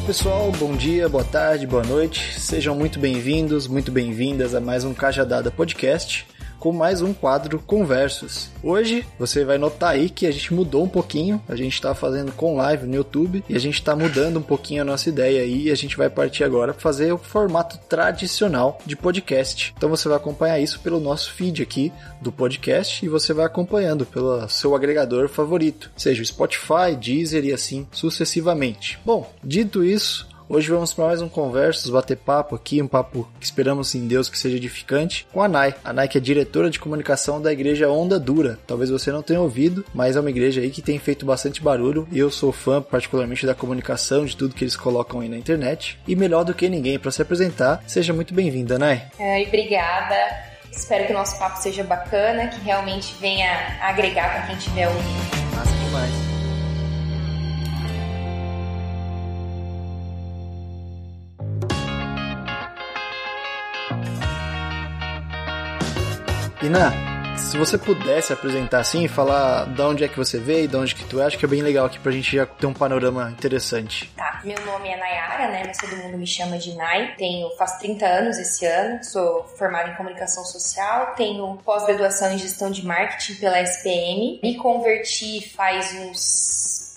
pessoal, bom dia, boa tarde, boa noite. Sejam muito bem-vindos, muito bem-vindas a mais um Cajadada Podcast, com mais um quadro Conversos. Hoje você vai notar aí que a gente mudou um pouquinho, a gente está fazendo com live no YouTube e a gente está mudando um pouquinho a nossa ideia aí e a gente vai partir agora para fazer o formato tradicional de podcast. Então você vai acompanhar isso pelo nosso feed aqui do podcast e você vai acompanhando pelo seu agregador favorito, seja o Spotify, Deezer e assim sucessivamente. Bom, dito isso, hoje vamos para mais um Conversos, bater papo aqui, um papo que esperamos em Deus que seja edificante, com a Nay. A Nay que é diretora de comunicação da igreja Onda Dura. Talvez você não tenha ouvido, mas é uma igreja aí que tem feito bastante barulho e eu sou fã particularmente da comunicação, de tudo que eles colocam aí na internet. E melhor do que ninguém para se apresentar, seja muito bem-vinda, Nay. Obrigada. Espero que o nosso papo seja bacana, que realmente venha agregar para quem estiver ouvindo. Massa demais. Ina, se você pudesse apresentar assim e falar de onde é que você veio, de onde que tu é, acho que é bem legal aqui pra gente já ter um panorama interessante. Tá, meu nome é Nayara, né, mas todo mundo me chama de Nay. Faço 30 anos esse ano, sou formada em comunicação social, tenho pós-graduação em gestão de marketing pela SPM. Me converti faz uns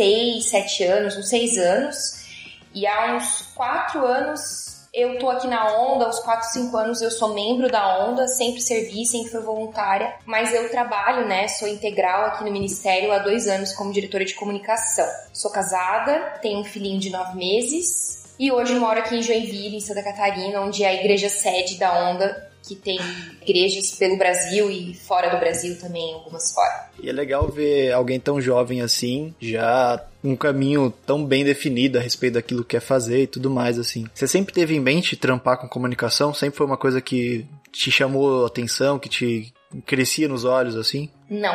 6 anos, e há uns 4 anos eu tô aqui na Onda, uns 4, 5 anos eu sou membro da Onda, sempre servi, sempre fui voluntária, mas eu trabalho, né, sou integral aqui no Ministério há 2 anos como diretora de comunicação. Sou casada, tenho um filhinho de 9 meses e hoje moro aqui em Joinville, em Santa Catarina, onde é a igreja sede da Onda, que tem igrejas pelo Brasil e fora do Brasil também, algumas fora. E é legal ver alguém tão jovem assim, já um caminho tão bem definido a respeito daquilo que quer fazer e tudo mais, assim. Você sempre teve em mente trampar com comunicação? Sempre foi uma coisa que te chamou a atenção, que te crescia nos olhos, assim? Não,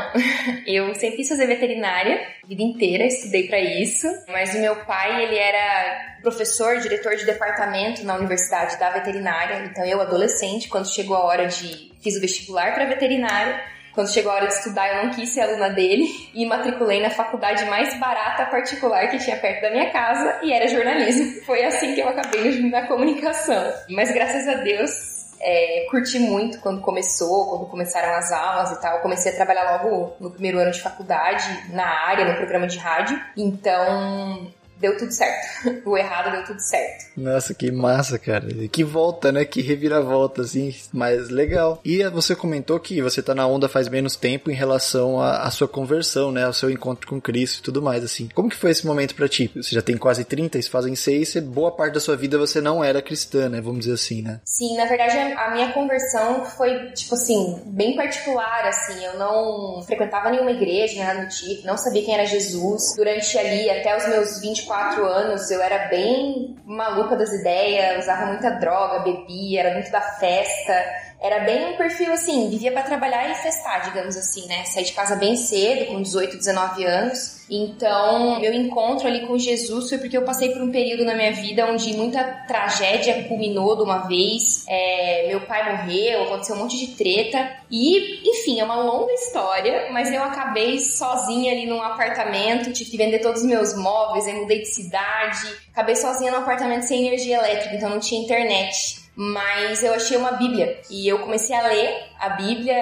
eu sempre quis fazer veterinária, a vida inteira, estudei pra isso, mas o meu pai, ele era professor, diretor de departamento na universidade da veterinária, então eu, adolescente, quando chegou a hora fiz o vestibular pra veterinária, quando chegou a hora de estudar, eu não quis ser aluna dele e matriculei na faculdade mais barata particular que tinha perto da minha casa e era jornalismo. Foi assim que eu acabei na comunicação. Mas graças a Deus, curti muito quando começaram as aulas e tal. Eu comecei a trabalhar logo no primeiro ano de faculdade, na área, no programa de rádio. Então, deu tudo certo. O errado deu tudo certo. Nossa, que massa, cara. Que volta, né? Que reviravolta, assim. Mas legal. E você comentou que você tá na Onda faz menos tempo em relação à sua conversão, né? Ao seu encontro com Cristo e tudo mais, assim. Como que foi esse momento pra ti? Você já tem quase 30, isso fazem 6, e boa parte da sua vida você não era cristã, né? Vamos dizer assim, né? Sim, na verdade a minha conversão foi, tipo assim, bem particular, assim. Eu não frequentava nenhuma igreja, nada do tipo. Não sabia quem era Jesus. Durante ali, até os meus 24 anos, eu era bem maluca das ideias, usava muita droga, bebia, era muito da festa, era bem um perfil assim, vivia pra trabalhar e festar, digamos assim, né? Saí de casa bem cedo, com 18, 19 anos. Então, meu encontro ali com Jesus foi porque eu passei por um período na minha vida onde muita tragédia culminou de uma vez. Meu pai morreu, aconteceu um monte de treta. E, enfim, é uma longa história, mas eu acabei sozinha ali num apartamento, tive que vender todos os meus móveis, aí mudei de cidade. Acabei sozinha num apartamento sem energia elétrica, então não tinha internet. Mas eu achei uma Bíblia e eu comecei a ler a Bíblia,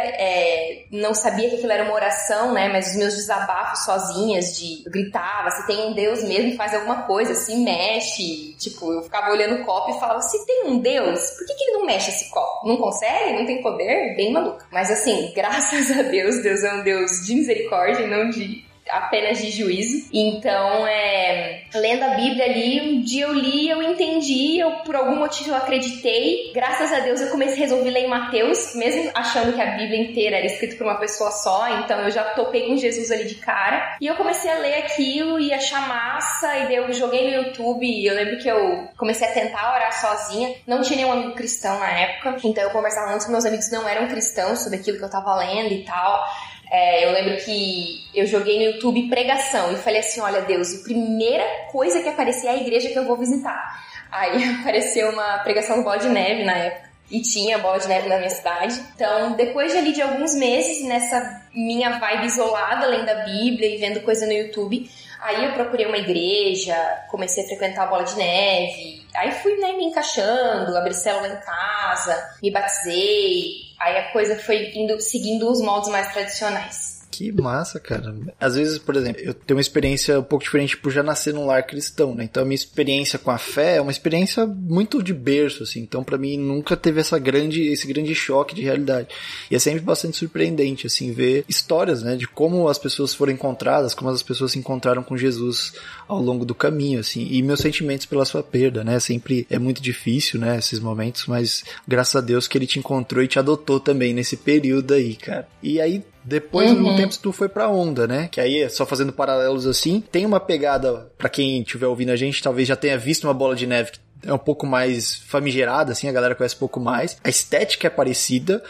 não sabia que aquilo era uma oração, né? Mas os meus desabafos sozinhas, eu gritava, se tem um Deus mesmo, faz alguma coisa, se mexe. Tipo, eu ficava olhando o copo e falava, se tem um Deus, por que ele não mexe esse copo? Não consegue? Não tem poder? Bem maluca. Mas assim, graças a Deus, Deus é um Deus de misericórdia e não apenas de juízo. Então, lendo a Bíblia ali, um dia eu li, eu entendi, por algum motivo eu acreditei. Graças a Deus eu resolvi ler em Mateus, mesmo achando que a Bíblia inteira era escrita por uma pessoa só, então eu já topei com Jesus ali de cara. E eu comecei a ler aquilo e achar massa, e daí eu joguei no YouTube, e eu lembro que eu comecei a tentar orar sozinha. Não tinha nenhum amigo cristão na época, então eu conversava muito com meus amigos que não eram cristãos sobre aquilo que eu tava lendo e tal. Eu lembro que eu joguei no YouTube pregação e falei assim, olha Deus, a primeira coisa que aparecer é a igreja que eu vou visitar. Aí apareceu uma pregação do Bola de Neve na época. E tinha Bola de Neve na minha cidade. Então, depois de alguns meses, nessa minha vibe isolada, lendo a Bíblia e vendo coisa no YouTube, Aí eu procurei uma igreja, comecei a frequentar a Bola de Neve, aí fui, né, me encaixando, abri célula em casa, me batizei, aí a coisa foi seguindo os moldes mais tradicionais. Que massa, cara. Às vezes, por exemplo, eu tenho uma experiência um pouco diferente por já nascer num lar cristão, né? Então a minha experiência com a fé é uma experiência muito de berço, assim. Então pra mim nunca teve esse grande choque de realidade. E é sempre bastante surpreendente, assim, ver histórias, né? De como as pessoas foram encontradas, como as pessoas se encontraram com Jesus ao longo do caminho, assim. E meus sentimentos pela sua perda, né? Sempre é muito difícil, né? Esses momentos, mas graças a Deus que ele te encontrou e te adotou também nesse período aí, cara. E aí, depois, no tempo, tu foi pra Onda, né? Que aí, só fazendo paralelos assim, tem uma pegada, pra quem estiver ouvindo a gente, talvez já tenha visto uma Bola de Neve que é um pouco mais famigerada, assim, a galera conhece um pouco mais. A estética é parecida,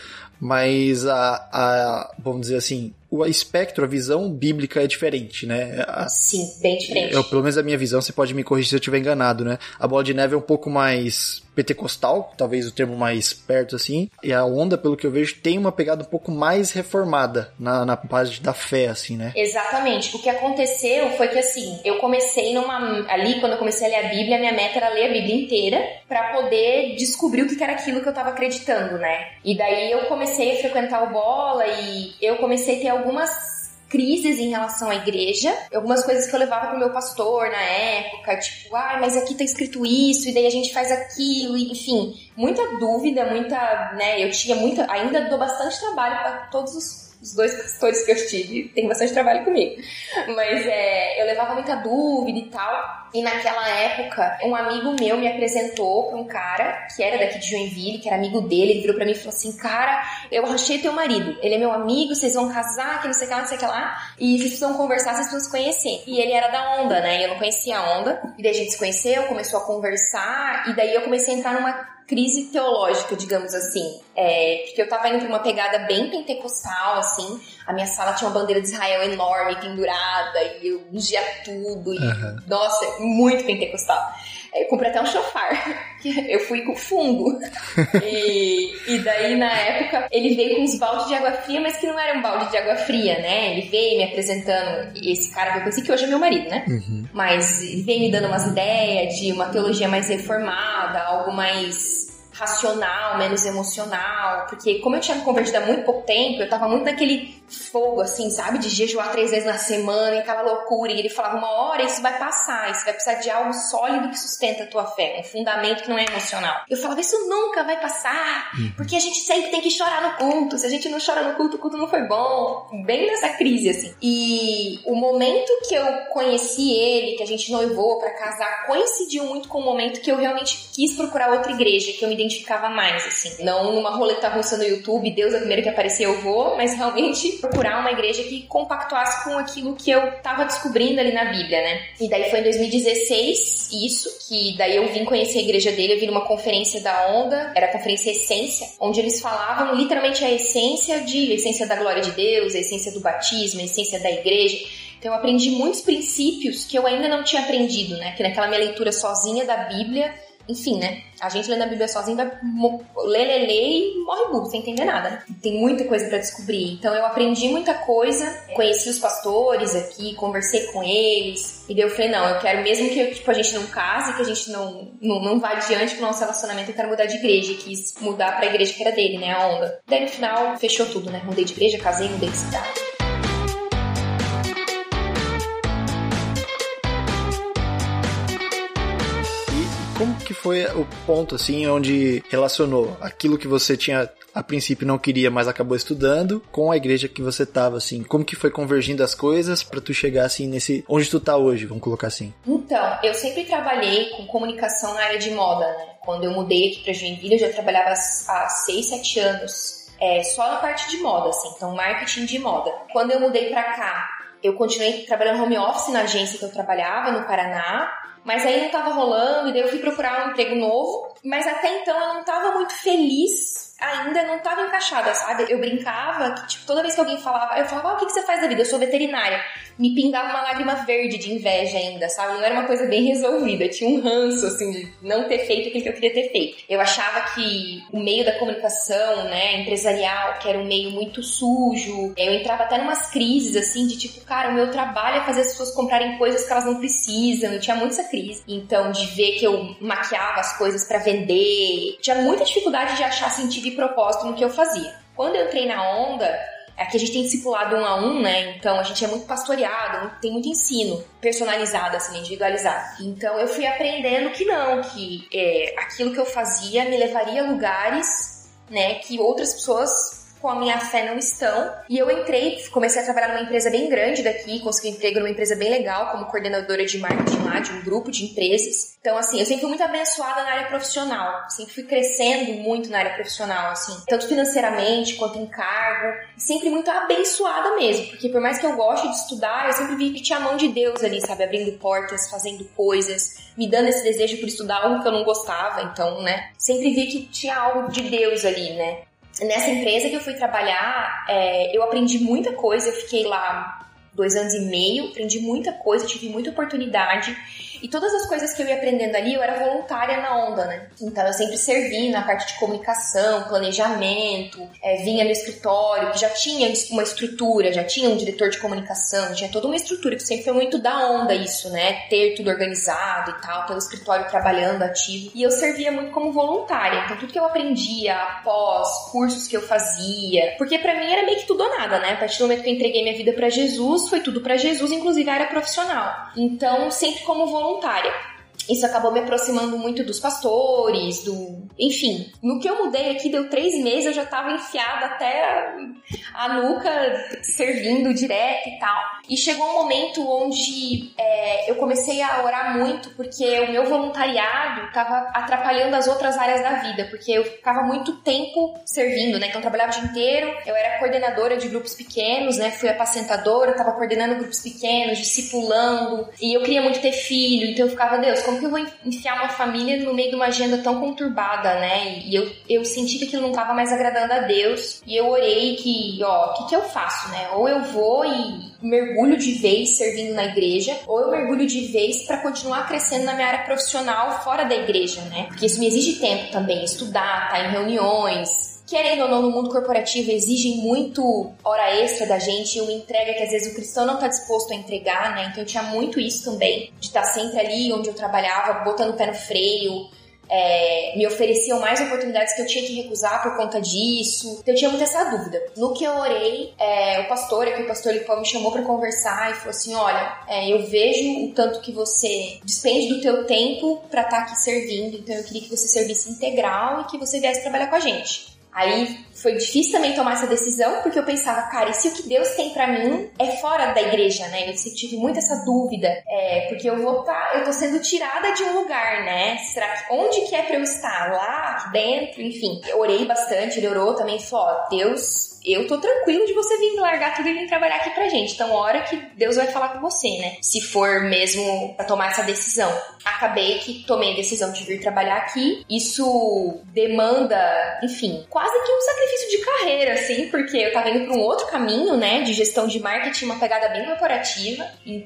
mas vamos dizer assim, o espectro, a visão bíblica é diferente, né? Sim, bem diferente. Pelo menos a minha visão, você pode me corrigir se eu estiver enganado, né? A Bola de Neve é um pouco mais pentecostal, talvez o termo mais perto assim, e a Onda, pelo que eu vejo, tem uma pegada um pouco mais reformada na parte da fé, assim, né? Exatamente. O que aconteceu foi que, assim, eu comecei ali, quando eu comecei a ler a Bíblia, minha meta era ler a Bíblia inteira pra poder descobrir o que era aquilo que eu tava acreditando, né? E daí eu comecei a frequentar o Bola e eu comecei a ter algumas crises em relação à igreja, algumas coisas que eu levava pro meu pastor na época, tipo, mas aqui tá escrito isso, e daí a gente faz aquilo, e, enfim, muita dúvida, né, eu tinha ainda dou bastante trabalho para todos os dois pastores que eu tive, tem bastante trabalho comigo, mas eu levava muita dúvida e tal, e naquela época, um amigo meu me apresentou pra um cara que era daqui de Joinville, que era amigo dele, ele virou pra mim e falou assim, cara, eu achei teu marido, ele é meu amigo, vocês vão casar, que não sei o que lá, não sei o que lá, e vocês precisam conversar, vocês precisam se conhecer. E ele era da Onda, né, e eu não conhecia a Onda, e daí a gente se conheceu, começou a conversar, e daí eu comecei a entrar numa crise teológica, digamos assim, porque eu tava indo pra uma pegada bem pentecostal, assim, a minha sala tinha uma bandeira de Israel enorme, pendurada, e eu ungia tudo, e nossa, muito pentecostal. Eu comprei até um chofar, eu fui com fundo, e daí na época ele veio com uns baldes de água fria, mas que não era um balde de água fria, né, ele veio me apresentando esse cara que eu conheci, que hoje é meu marido, né, mas ele veio me dando umas ideias de uma teologia mais reformada, algo mais racional, menos emocional, porque como eu tinha me convertido há muito pouco tempo, eu tava muito naquele fogo, assim, sabe, de jejuar 3 vezes na semana, e aquela loucura, e ele falava, uma hora isso vai passar, e você vai precisar de algo sólido que sustenta a tua fé, um fundamento que não é emocional. Eu falava, isso nunca vai passar, porque a gente sempre tem que chorar no culto, se a gente não chora no culto, o culto não foi bom, bem nessa crise, assim. E o momento que eu conheci ele, que a gente noivou pra casar, coincidiu muito com o momento que eu realmente quis procurar outra igreja, que eu me identificava mais, assim. Não numa roleta russa no YouTube, Deus é o primeiro que apareceu, eu vou, mas realmente procurar uma igreja que compactuasse com aquilo que eu tava descobrindo ali na Bíblia, né? E daí foi em 2016, isso, que daí eu vim conhecer a igreja dele, eu vim numa conferência da Onda, era a conferência Essência, onde eles falavam literalmente a essência da glória de Deus, a essência do batismo, a essência da igreja. Então eu aprendi muitos princípios que eu ainda não tinha aprendido, né? Que naquela minha leitura sozinha da Bíblia, enfim, né? A gente lendo a Bíblia sozinho vai ler e morre burro, sem entender nada, né? Tem muita coisa pra descobrir. Então eu aprendi muita coisa, conheci os pastores aqui, conversei com eles, e daí eu falei, não, eu quero mesmo que a gente não case, que a gente não vá adiante pro nosso relacionamento, eu quero mudar de igreja. E quis mudar pra igreja que era dele, né? A Onda. Daí no final fechou tudo, né? Mudei de igreja, casei, mudei de cidade. Como que foi o ponto, assim, onde relacionou aquilo que você tinha, a princípio, não queria, mas acabou estudando, com a igreja que você tava, assim? Como que foi convergindo as coisas pra tu chegar, assim, nesse... onde tu tá hoje, vamos colocar assim? Então, eu sempre trabalhei com comunicação na área de moda, né? Quando eu mudei aqui pra Joinville, eu já trabalhava há 6, 7 anos, só na parte de moda, assim, então marketing de moda. Quando eu mudei pra cá, eu continuei trabalhando home office na agência que eu trabalhava, no Paraná, mas aí não tava rolando, e daí eu fui procurar um emprego novo, mas até então eu não tava muito feliz ainda não tava encaixada, sabe? Eu brincava que, tipo, toda vez que alguém falava, eu falava, o que você faz da vida? Eu sou veterinária. Me pingava uma lágrima verde de inveja ainda, sabe? Não era uma coisa bem resolvida. Tinha um ranço, assim, de não ter feito aquilo que eu queria ter feito. Eu achava que o meio da comunicação, né, empresarial, que era um meio muito sujo, eu entrava até numas crises, assim, de tipo, cara, o meu trabalho é fazer as pessoas comprarem coisas que elas não precisam. Eu tinha muito essa crise. Então, de ver que eu maquiava as coisas pra vender. Tinha muita dificuldade de achar sentido e propósito no que eu fazia. Quando eu entrei na Onda, aqui a gente tem discipulado 1 a 1, né? Então a gente é muito pastoreado, tem muito ensino personalizado, assim, individualizado. Então eu fui aprendendo que não, que aquilo que eu fazia me levaria a lugares, né, que outras pessoas com a minha fé não estão. E eu entrei, comecei a trabalhar numa empresa bem grande daqui, consegui emprego numa empresa bem legal, como coordenadora de marketing lá, de um grupo de empresas. Então, assim, eu sempre fui muito abençoada na área profissional. Sempre fui crescendo muito na área profissional, assim, tanto financeiramente quanto em cargo. Sempre muito abençoada mesmo, porque por mais que eu goste de estudar, eu sempre vi que tinha a mão de Deus ali, sabe? Abrindo portas, fazendo coisas, me dando esse desejo por estudar algo que eu não gostava. Então, né? Sempre vi que tinha algo de Deus ali, né? Nessa empresa que eu fui trabalhar, eu aprendi muita coisa, eu fiquei lá 2 anos e meio, aprendi muita coisa, tive muita oportunidade. E todas as coisas que eu ia aprendendo ali, eu era voluntária na Onda, né? Então eu sempre servi na parte de comunicação, planejamento, vinha no escritório, que já tinha uma estrutura, já tinha um diretor de comunicação, tinha toda uma estrutura, que sempre foi muito da Onda isso, né? Ter tudo organizado e tal, ter o escritório trabalhando ativo. E eu servia muito como voluntária, então tudo que eu aprendia após, cursos que eu fazia, porque pra mim era meio que tudo ou nada, né? A partir do momento que eu entreguei minha vida pra Jesus, foi tudo pra Jesus, inclusive a área profissional. Então, sempre como voluntária. Isso acabou me aproximando muito dos pastores, enfim. No que eu mudei aqui, deu 3 meses, eu já tava enfiada até a nuca, servindo direto e tal. E chegou um momento onde eu comecei a orar muito, porque o meu voluntariado tava atrapalhando as outras áreas da vida, porque eu ficava muito tempo servindo, né? Então eu trabalhava o dia inteiro, eu era coordenadora de grupos pequenos, né? Fui apacentadora, tava coordenando grupos pequenos, discipulando, e eu queria muito ter filho, então eu ficava, Deus, como que eu vou enfiar uma família no meio de uma agenda tão conturbada, né? E eu senti que aquilo não tava mais agradando a Deus, e eu orei que, o que eu faço, né? Ou eu vou e mergulho de vez servindo na igreja, ou eu mergulho de vez para continuar crescendo na minha área profissional fora da igreja, né? Porque isso me exige tempo também, estudar, estar em reuniões. Querendo ou não, no mundo corporativo exigem muito hora extra da gente, uma entrega que às vezes o cristão não está disposto a entregar, né? Então eu tinha muito isso também, de estar sempre ali onde eu trabalhava, botando o pé no freio. Me ofereciam mais oportunidades que eu tinha que recusar por conta disso. Então eu tinha muito essa dúvida. No que eu orei, o pastor Lipão me chamou pra conversar e falou assim, olha, eu vejo o tanto que você despende do teu tempo pra estar aqui servindo, então eu queria que você servisse integral e que você viesse trabalhar com a gente. Aí foi difícil também tomar essa decisão, porque eu pensava, cara, e se o que Deus tem pra mim é fora da igreja, né? Eu sempre tive muito essa dúvida, porque eu tô sendo tirada de um lugar, né? Será que, onde que é pra eu estar? Lá, aqui dentro? Enfim, eu orei bastante, ele orou também, falou, Deus, eu tô tranquilo de você vir largar tudo e vir trabalhar aqui pra gente. Então, hora que Deus vai falar com você, né? Se for mesmo pra tomar essa decisão. Acabei que tomei a decisão de vir trabalhar aqui. Isso demanda, enfim, quase que um sacrifício de carreira, assim, porque eu tava indo pra um outro caminho, né? De gestão de marketing, uma pegada bem corporativa.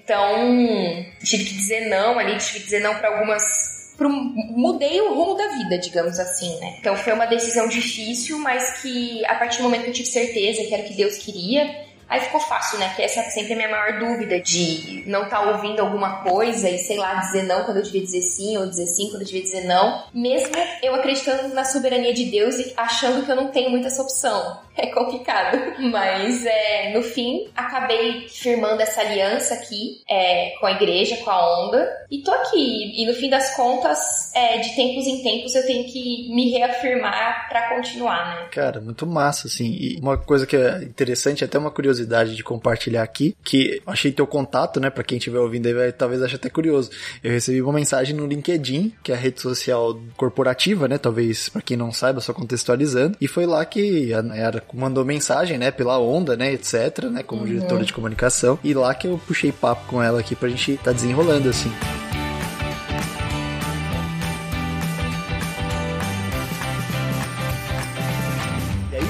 Então, tive que dizer não ali, tive que dizer não pra algumas... Mudei o rumo da vida, digamos assim, né? Então foi uma decisão difícil, mas que a partir do momento que eu tive certeza que era o que Deus queria, aí ficou fácil, né? Que essa é sempre a minha maior dúvida, de não estar ouvindo alguma coisa e, sei lá, dizer não quando eu devia dizer sim, ou dizer sim quando eu devia dizer não. Mesmo eu acreditando na soberania de Deus e achando que eu não tenho muita essa opção. É complicado. Mas, no fim, acabei firmando essa aliança aqui com a igreja, com a Onda. E tô aqui. E no fim das contas, de tempos em tempos, eu tenho que me reafirmar pra continuar, né? Cara, muito massa, assim. E uma coisa que é interessante, até uma curiosidade de compartilhar aqui, que eu achei teu contato, né? Pra quem estiver ouvindo aí, talvez ache até curioso. Eu recebi uma mensagem no LinkedIn, que é a rede social corporativa, né? Talvez, pra quem não saiba, só contextualizando. E foi lá que era mandou mensagem, né, pela Onda, né, etc, né, como diretora de comunicação, e lá que eu puxei papo com ela aqui pra gente tá desenrolando, assim.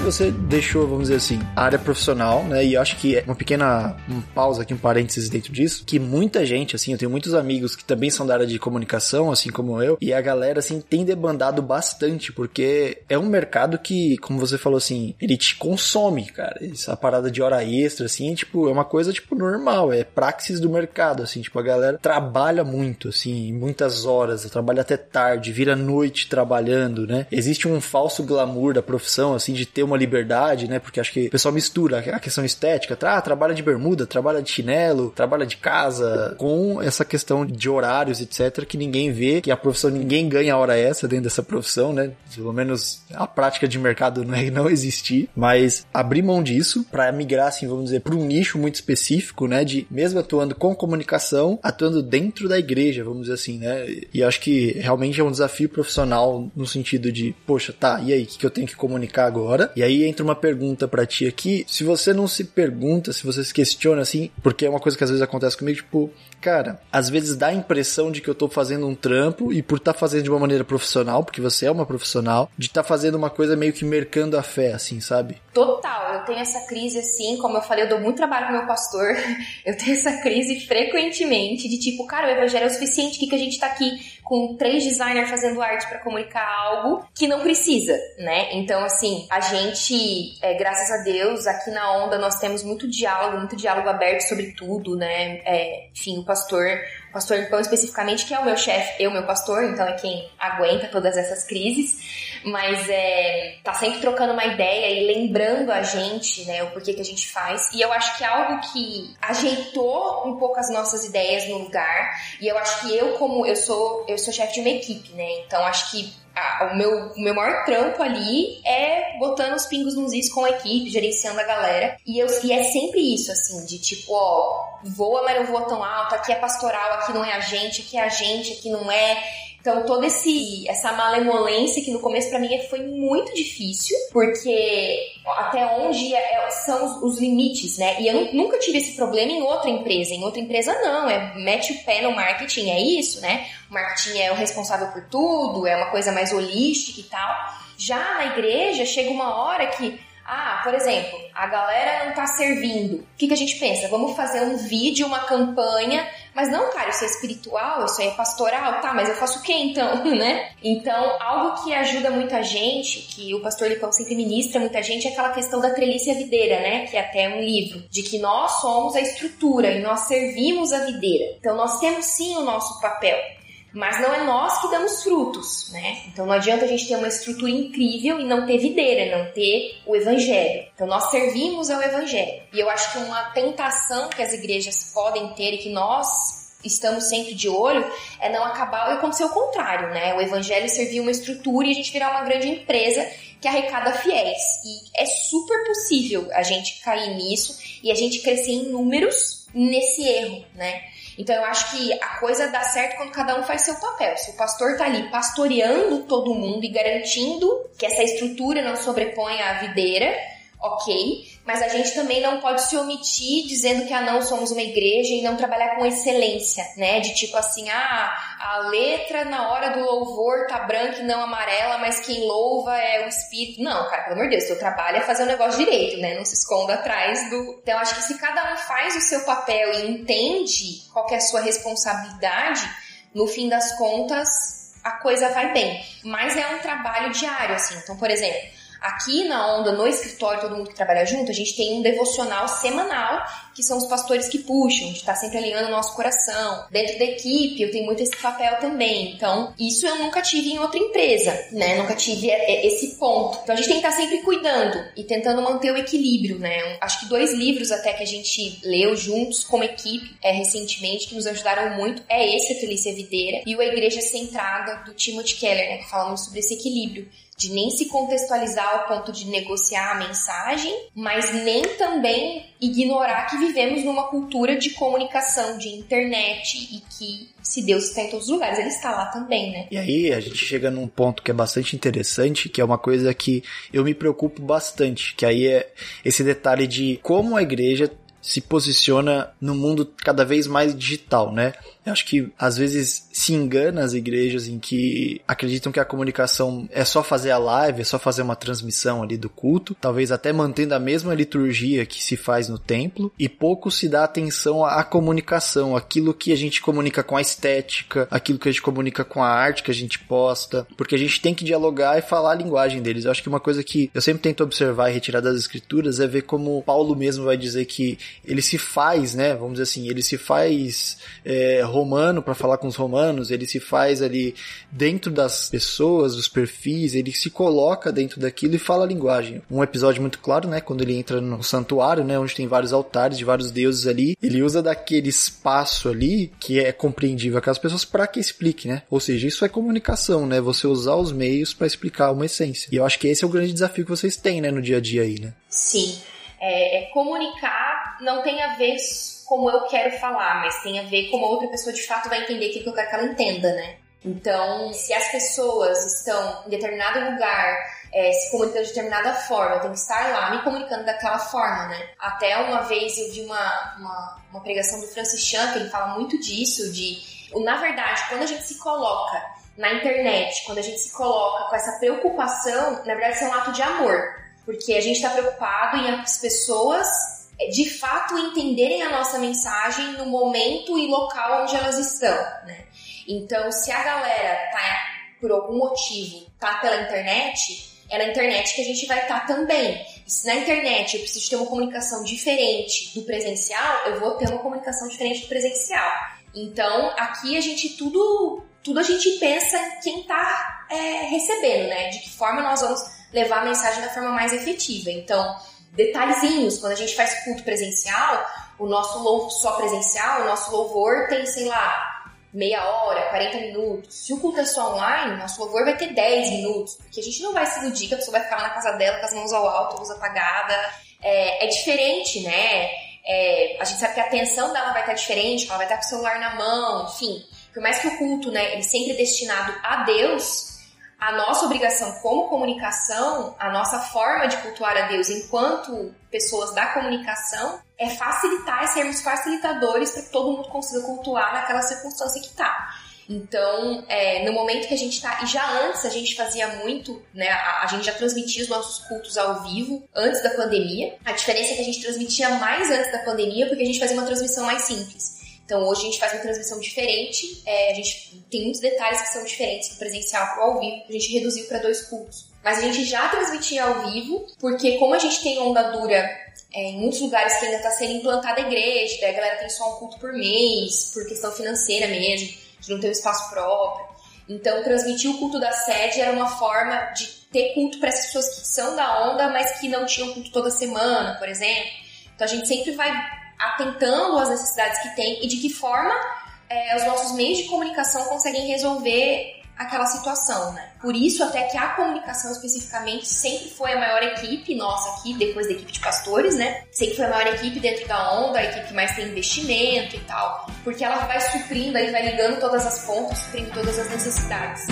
que você deixou, vamos dizer assim, a área profissional, né? E eu acho que é uma pequena pausa aqui, um parênteses dentro disso, que muita gente, assim, eu tenho muitos amigos que também são da área de comunicação, assim como eu, e a galera, assim, tem debandado bastante, porque é um mercado que, como você falou, assim, ele te consome, cara. Essa parada de hora extra, assim, tipo, é uma coisa, tipo, normal, é praxis do mercado, assim, tipo, a galera trabalha muito, assim, muitas horas, trabalha até tarde, vira noite trabalhando, né? Existe um falso glamour da profissão, assim, de ter uma liberdade, né? Porque acho que o pessoal mistura a questão estética, trabalha de bermuda, trabalha de chinelo, trabalha de casa, com essa questão de horários, etc, que ninguém vê, que a profissão, ninguém ganha hora extra dentro dessa profissão, né? Pelo menos a prática de mercado não existir, mas abrir mão disso pra migrar, assim, vamos dizer, pra um nicho muito específico, né? De, mesmo atuando com comunicação, atuando dentro da igreja, vamos dizer assim, né? E acho que realmente é um desafio profissional no sentido de, poxa, tá, e aí, o que eu tenho que comunicar agora? E aí entra uma pergunta pra ti aqui, se você não se pergunta, se você se questiona, assim, porque é uma coisa que às vezes acontece comigo, tipo, cara, às vezes dá a impressão de que eu tô fazendo um trampo e por estar fazendo de uma maneira profissional, porque você é uma profissional, de estar fazendo uma coisa meio que mercando a fé, assim, sabe? Total, eu tenho essa crise assim, como eu falei, eu dou muito trabalho com meu pastor, eu tenho essa crise frequentemente de tipo, cara, o evangelho é o suficiente, que a gente tá aqui com 3 designers fazendo arte pra comunicar algo que não precisa, né? Então, assim, a gente, graças a Deus, aqui na Onda nós temos muito diálogo aberto sobre tudo, né? Enfim, o pastor Lipão especificamente, que é o meu chefe, meu pastor, então é quem aguenta todas essas crises, mas tá sempre trocando uma ideia e lembrando a gente, né, o porquê que a gente faz, e eu acho que é algo que ajeitou um pouco as nossas ideias no lugar, e eu acho que eu sou chefe de uma equipe, né, então acho que o meu maior trampo ali é botando os pingos nos is com a equipe, gerenciando a galera. E é sempre isso, assim, de tipo, voa, mas não voa tão alto, aqui é pastoral, aqui não é a gente, aqui não é. Então, toda essa malemolência que no começo pra mim foi muito difícil, porque até onde são os limites, né? E eu nunca tive esse problema em outra empresa. Em outra empresa, não. Mete o pé no marketing, é isso, né? O marketing é o responsável por tudo, é uma coisa mais holística e tal. Já na igreja, chega uma hora que... por exemplo, a galera não tá servindo. O que a gente pensa? Vamos fazer um vídeo, uma campanha... Mas não, cara, isso é espiritual, isso é pastoral, tá, mas eu faço o quê então, né? Então, algo que ajuda muita gente, que o pastor Lipão sempre ministra muita gente, é aquela questão da treliça e a videira, né? Que é até um livro, de que nós somos a estrutura e nós servimos a videira. Então, nós temos sim o nosso papel. Mas não é nós que damos frutos, né? Então não adianta a gente ter uma estrutura incrível e não ter videira, não ter o evangelho. Então nós servimos ao evangelho. E eu acho que uma tentação que as igrejas podem ter e que nós estamos sempre de olho é não acabar e acontecer o contrário, né? O evangelho servir uma estrutura e a gente virar uma grande empresa que arrecada fiéis. E é super possível a gente cair nisso e a gente crescer em números nesse erro, né? Então eu acho que a coisa dá certo quando cada um faz seu papel. Se o pastor tá ali pastoreando todo mundo e garantindo que essa estrutura não sobreponha a videira, ok, mas a gente também não pode se omitir dizendo que não somos uma igreja e não trabalhar com excelência, né? De tipo assim, a letra na hora do louvor tá branca e não amarela, mas quem louva é o Espírito. Não, cara, pelo amor de Deus, seu trabalho é fazer o negócio direito, né? Não se esconda atrás do... Então, acho que se cada um faz o seu papel e entende qual que é a sua responsabilidade, no fim das contas, a coisa vai bem. Mas é um trabalho diário, assim. Então, por exemplo... Aqui na Onda, no escritório, todo mundo que trabalha junto, a gente tem um devocional semanal, que são os pastores que puxam, a gente tá sempre alinhando o nosso coração. Dentro da equipe, eu tenho muito esse papel também. Então, isso eu nunca tive em outra empresa, né? Nunca tive esse ponto. Então, a gente tem que estar sempre cuidando e tentando manter o equilíbrio, né? Acho que 2 livros até que a gente leu juntos, como equipe, recentemente, que nos ajudaram muito, é esse, A Treliça e a Videira, e o A Igreja Centrada, do Timothy Keller, né? Que fala muito sobre esse equilíbrio. De nem se contextualizar ao ponto de negociar a mensagem, mas nem também ignorar que vivemos numa cultura de comunicação, de internet, e que se Deus está em todos os lugares, Ele está lá também, né? E aí a gente chega num ponto que é bastante interessante, que é uma coisa que eu me preocupo bastante, que aí é esse detalhe de como a igreja se posiciona no mundo cada vez mais digital, né? Eu acho que às vezes se engana as igrejas em que acreditam que a comunicação é só fazer a live, é só fazer uma transmissão ali do culto, talvez até mantendo a mesma liturgia que se faz no templo, e pouco se dá atenção à comunicação, aquilo que a gente comunica com a estética, aquilo que a gente comunica com a arte que a gente posta, porque a gente tem que dialogar e falar a linguagem deles. Eu acho que uma coisa que eu sempre tento observar e retirar das escrituras é ver como Paulo mesmo vai dizer que ele se faz, né, vamos dizer assim, ele se faz romano para falar com os romanos, ele se faz ali dentro das pessoas, dos perfis, ele se coloca dentro daquilo e fala a linguagem. Um episódio muito claro, né, quando ele entra no santuário, né, onde tem vários altares de vários deuses ali, ele usa daquele espaço ali que é compreendível aquelas pessoas para que explique, né? Ou seja, isso é comunicação, né? Você usar os meios para explicar uma essência. E eu acho que esse é o grande desafio que vocês têm, né, no dia a dia aí, né? Sim. Comunicar não tem a ver como eu quero falar, mas tem a ver como a outra pessoa de fato vai entender aquilo que eu quero que ela entenda, né? Então, se as pessoas estão em determinado lugar, se comunicando de determinada forma, eu tenho que estar lá me comunicando daquela forma, né? Até uma vez eu vi uma pregação do Francis Chan, que ele fala muito disso, na verdade, quando a gente se coloca na internet, quando a gente se coloca com essa preocupação, na verdade isso é um ato de amor, porque a gente está preocupado em as pessoas de fato entenderem a nossa mensagem no momento e local onde elas estão, né? Então, se a galera por algum motivo, pela internet, é na internet que a gente vai estar também. E se na internet eu preciso ter uma comunicação diferente do presencial, eu vou ter uma comunicação diferente do presencial. Então, aqui a gente tudo a gente pensa em quem está recebendo, né? De que forma nós vamos levar a mensagem da forma mais efetiva. Então, detalhezinhos, quando a gente faz culto presencial, o nosso louvor tem, sei lá, meia hora, 40 minutos. Se o culto é só online, nosso louvor vai ter 10 minutos, porque a gente não vai se iludir que a pessoa vai ficar lá na casa dela com as mãos ao alto, a luz apagada. É diferente, né? A gente sabe que a atenção dela vai estar diferente, que ela vai estar com o celular na mão, enfim. Por mais que o culto, né, ele sempre é destinado a Deus, a nossa obrigação como comunicação, a nossa forma de cultuar a Deus enquanto pessoas da comunicação é facilitar, sermos facilitadores para que todo mundo consiga cultuar naquela circunstância que está. Então, no momento que a gente está, e já antes a gente fazia muito, né, a gente já transmitia os nossos cultos ao vivo antes da pandemia. A diferença é que a gente transmitia mais antes da pandemia porque a gente fazia uma transmissão mais simples. Então, hoje a gente faz uma transmissão diferente, a gente tem muitos detalhes que são diferentes do presencial para o ao vivo, a gente reduziu para 2 cultos. Mas a gente já transmitia ao vivo, porque como a gente tem onda dura em muitos lugares que ainda está sendo implantada a igreja, daí a galera tem só um culto por mês, por questão financeira mesmo, de não ter um espaço próprio. Então, transmitir o culto da sede era uma forma de ter culto para essas pessoas que são da onda, mas que não tinham culto toda semana, por exemplo. Então, a gente sempre vai atentando às necessidades que tem e de que forma os nossos meios de comunicação conseguem resolver aquela situação, né? Por isso, até que a comunicação especificamente sempre foi a maior equipe nossa aqui, depois da equipe de pastores, né? Sempre foi a maior equipe dentro da onda, a equipe que mais tem investimento e tal, porque ela vai suprindo, aí vai ligando todas as pontas, suprindo todas as necessidades.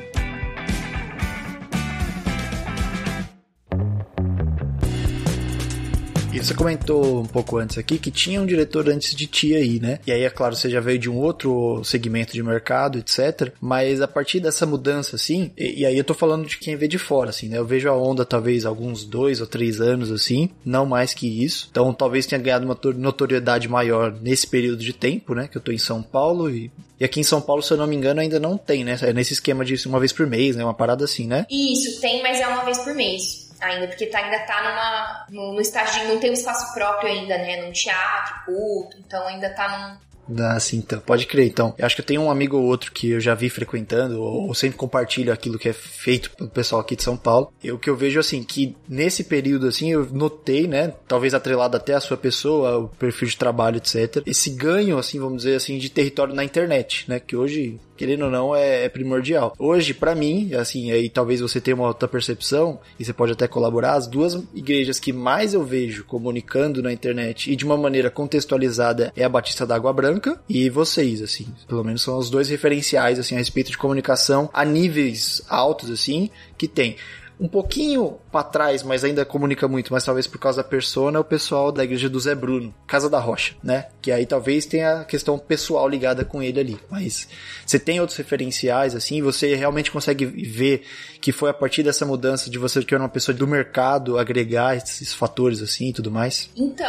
E você comentou um pouco antes aqui que tinha um diretor antes de ti aí, né? E aí, é claro, você já veio de um outro segmento de mercado, etc. Mas a partir dessa mudança, assim, e aí eu tô falando de quem vê de fora, assim, né? Eu vejo a onda talvez alguns 2 ou 3 anos, assim, não mais que isso. Então, talvez tenha ganhado uma notoriedade maior nesse período de tempo, né? Que eu tô em São Paulo e aqui em São Paulo, se eu não me engano, ainda não tem, né? É nesse esquema de uma vez por mês, né? Uma parada assim, né? Isso, tem, mas é uma vez por mês. Ainda, porque ainda tá no estágio, não tem um espaço próprio ainda, né? Num teatro, culto, então ainda tá Sim, então, pode crer. Então, eu acho que eu tenho um amigo ou outro que eu já vi frequentando, ou sempre compartilho aquilo que é feito pelo pessoal aqui de São Paulo. E o que eu vejo, assim, que nesse período, assim, eu notei, né, talvez atrelado até a sua pessoa, o perfil de trabalho, etc., esse ganho, assim, vamos dizer assim, de território na internet, né, que hoje, querendo ou não, é primordial. Hoje, pra mim, assim, aí talvez você tenha uma outra percepção, e você pode até colaborar, as 2 igrejas que mais eu vejo comunicando na internet e de uma maneira contextualizada é a Batista da Água Branca e vocês, assim, pelo menos são os 2 referenciais, assim, a respeito de comunicação a níveis altos, assim, que tem. Um pouquinho pra trás, mas ainda comunica muito, mas talvez por causa da persona, é o pessoal da igreja do Zé Bruno, Casa da Rocha, né? Que aí talvez tenha a questão pessoal ligada com ele ali. Mas você tem outros referenciais, assim, você realmente consegue ver que foi a partir dessa mudança de você que era uma pessoa do mercado, agregar esses fatores, assim, e tudo mais? Então,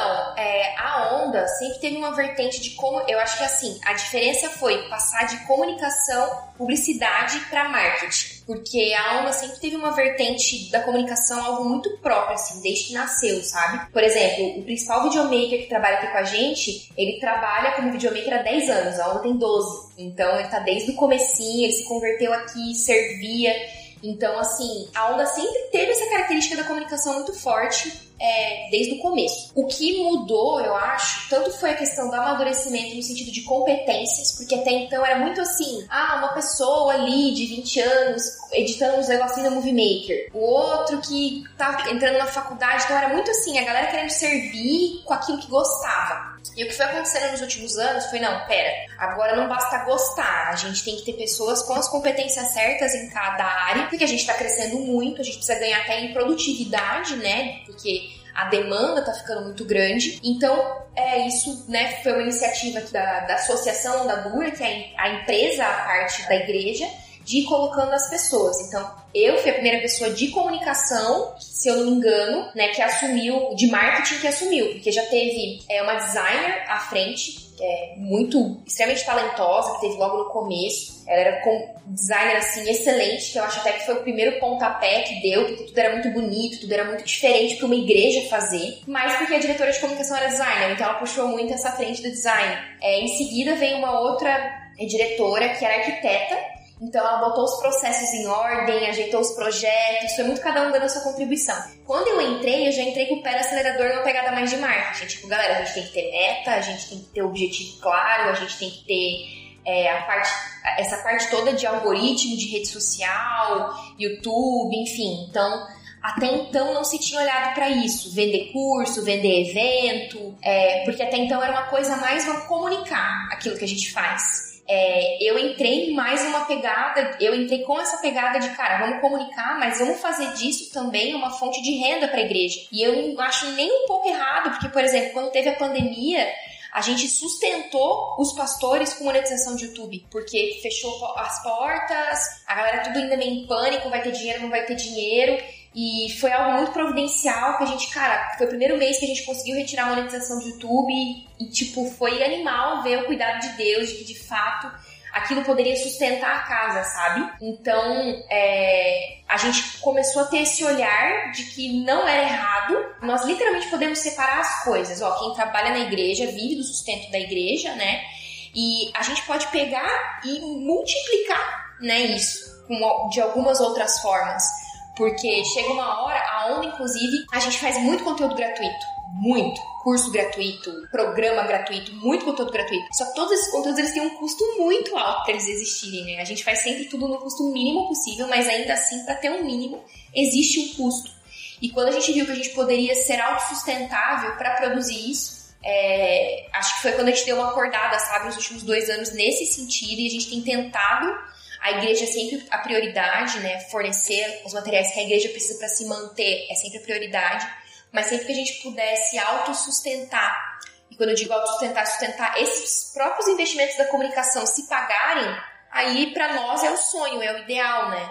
a Onda sempre teve uma vertente de como... Eu acho que, assim, a diferença foi passar de comunicação, publicidade para marketing. Porque a Onda sempre teve uma vertente da comunicação, algo muito próprio, assim, desde que nasceu, sabe? Por exemplo, o principal videomaker que trabalha aqui com a gente, ele trabalha como videomaker há 10 anos, a Onda tem 12. Então, ele tá desde o comecinho, ele se converteu aqui, servia... Então, assim, a Onda sempre teve essa característica da comunicação muito forte desde o começo. O que mudou, eu acho, tanto foi a questão do amadurecimento no sentido de competências, porque até então era muito assim, uma pessoa ali de 20 anos editando uns negocinhos no Movie Maker, o outro que tá entrando na faculdade, então era muito assim, a galera querendo servir com aquilo que gostava. E o que foi acontecendo nos últimos anos foi, não, pera, agora não basta gostar, a gente tem que ter pessoas com as competências certas em cada área, porque a gente tá crescendo muito, a gente precisa ganhar até em produtividade, né, porque a demanda tá ficando muito grande. Então, isso, né, foi uma iniciativa da Associação Onda Dura, que é a empresa, a parte da igreja, de ir colocando as pessoas. Então, eu fui a primeira pessoa de comunicação, se eu não me engano, né, que assumiu, de marketing que assumiu, porque já teve uma designer à frente, extremamente talentosa, que teve logo no começo. Ela era com designer, assim, excelente, que eu acho até que foi o primeiro pontapé que deu, porque tudo era muito bonito, tudo era muito diferente para uma igreja fazer, mas porque a diretora de comunicação era designer, então ela puxou muito essa frente do design. Em seguida veio uma outra diretora, que era arquiteta. Então ela botou os processos em ordem, ajeitou os projetos, foi muito cada um dando a sua contribuição. Quando eu já entrei com o pé no acelerador numa pegada mais de marketing. Tipo, galera, a gente tem que ter meta, a gente tem que ter objetivo claro, a gente tem que ter essa parte toda de algoritmo, de rede social, YouTube, enfim. Então, até então não se tinha olhado para isso, vender curso, vender evento, porque até então era uma coisa mais, vamos comunicar aquilo que a gente faz. Eu entrei mais uma pegada, eu entrei com essa pegada de, cara, vamos comunicar, mas vamos fazer disso também uma fonte de renda para a igreja. E eu não acho nem um pouco errado, porque, por exemplo, quando teve a pandemia, a gente sustentou os pastores com monetização de YouTube, porque fechou as portas, a galera tudo ainda meio em pânico, vai ter dinheiro, não vai ter dinheiro. E foi algo muito providencial que a gente, cara, foi o primeiro mês que a gente conseguiu retirar a monetização do YouTube e, tipo, foi animal ver o cuidado de Deus, de que, de fato, aquilo poderia sustentar a casa, sabe? Então, a gente começou a ter esse olhar de que não era errado. Nós literalmente podemos separar as coisas. Quem trabalha na igreja vive do sustento da igreja, né? E a gente pode pegar e multiplicar, né, isso de algumas outras formas. Porque chega uma hora, a Onda, inclusive, a gente faz muito conteúdo gratuito. Muito. Curso gratuito, programa gratuito, muito conteúdo gratuito. Só que todos esses conteúdos, eles têm um custo muito alto para eles existirem, né? A gente faz sempre tudo no custo mínimo possível, mas ainda assim, para ter um mínimo, existe um custo. E quando a gente viu que a gente poderia ser autossustentável para produzir isso, acho que foi quando a gente deu uma acordada, sabe? Nos últimos 2 anos nesse sentido, e a gente tem tentado... A igreja é sempre a prioridade, né? Fornecer os materiais que a igreja precisa para se manter é sempre a prioridade. Mas sempre que a gente pudesse autossustentar, e quando eu digo sustentar esses próprios investimentos da comunicação se pagarem, aí para nós é o sonho, é o ideal, né?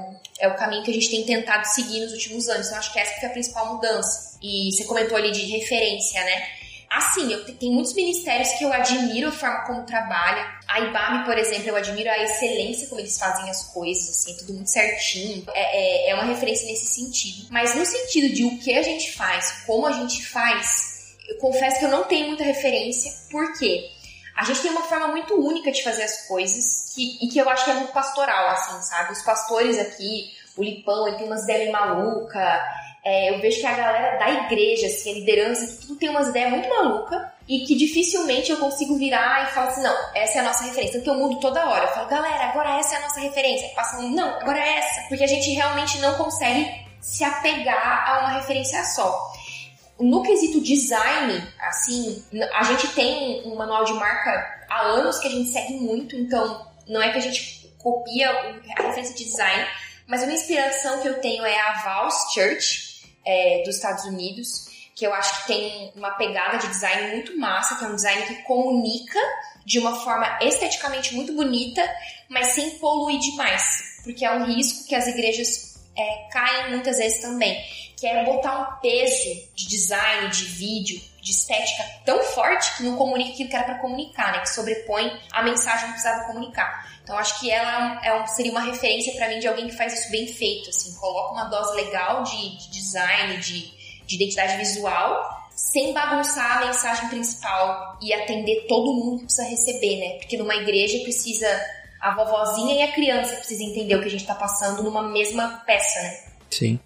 É o caminho que a gente tem tentado seguir nos últimos anos. Então acho que essa foi a principal mudança. E você comentou ali de referência, né? Assim, tem muitos ministérios que eu admiro a forma como trabalha. A IBAME, por exemplo, eu admiro a excelência como eles fazem as coisas, assim, tudo muito certinho. É uma referência nesse sentido. Mas no sentido de o que a gente faz, como a gente faz, eu confesso que eu não tenho muita referência. Por quê? A gente tem uma forma muito única de fazer as coisas e que eu acho que é muito pastoral, assim, sabe? Os pastores aqui, o Lipão, ele tem umas ideias malucas. Eu vejo que a galera da igreja, assim, a liderança, que tudo tem umas ideias muito malucas e que dificilmente eu consigo virar e falar assim, não, essa é a nossa referência. Então eu mudo toda hora. Eu falo, galera, agora essa é a nossa referência. Passa não, agora é essa. Porque a gente realmente não consegue se apegar a uma referência só. No quesito design, assim, a gente tem um manual de marca há anos que a gente segue muito, então não é que a gente copia a referência de design, Mas uma inspiração que eu tenho é a Vals Church, dos Estados Unidos, que eu acho que tem uma pegada de design muito massa, que é um design que comunica de uma forma esteticamente muito bonita, mas sem poluir demais, porque é um risco que as igrejas caem muitas vezes também, que é botar um peso de design, de vídeo, de estética tão forte que não comunica aquilo que era para comunicar, né? Que sobrepõe a mensagem que precisava comunicar. Então acho que ela seria uma referência para mim de alguém que faz isso bem feito, assim, coloca uma dose legal de design, de identidade visual, sem bagunçar a mensagem principal e atender todo mundo que precisa receber, né? Porque numa igreja precisa a vovozinha e a criança precisa entender o que a gente tá passando numa mesma peça, né? Sim.